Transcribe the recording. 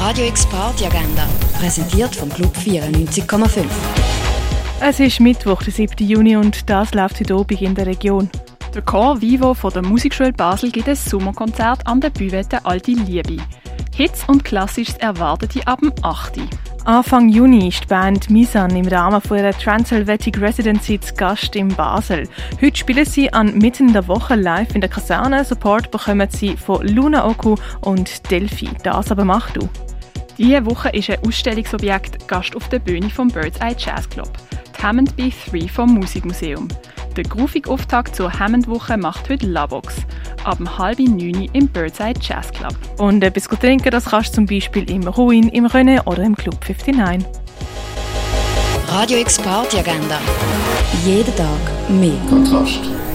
Radio X Party Agenda, präsentiert vom Club 94,5. Es ist Mittwoch, der 7. Juni, und das läuft heute Abend in der Region. Der Chor Vivo von der Musikschule Basel gibt ein Sommerkonzert an der Büvette Alte Liebe. Hits und Klassisches erwartet ihr ab dem 8. Anfang Juni ist die Band Misan im Rahmen von ihrer Transhelvetic Residency zu Gast in Basel. Heute spielen sie an mitten in der Woche live in der Kaserne. Support bekommen sie von Luna Oku und Delphi. Das aber mach du. Diese Woche ist ein Ausstellungsobjekt Gast auf der Bühne vom Birds Eye Jazz Club. Die Hammond B3 vom Musikmuseum. Der groovige Auftakt zur Hammond-Woche macht heute Labox. Ab 8:30 im Birds Eye Jazz Club. Und etwas trinken, das kannst du zum Beispiel im Ruin, im René oder im Club 59. Radio X Party Agenda. Jeden Tag mehr Kontrast.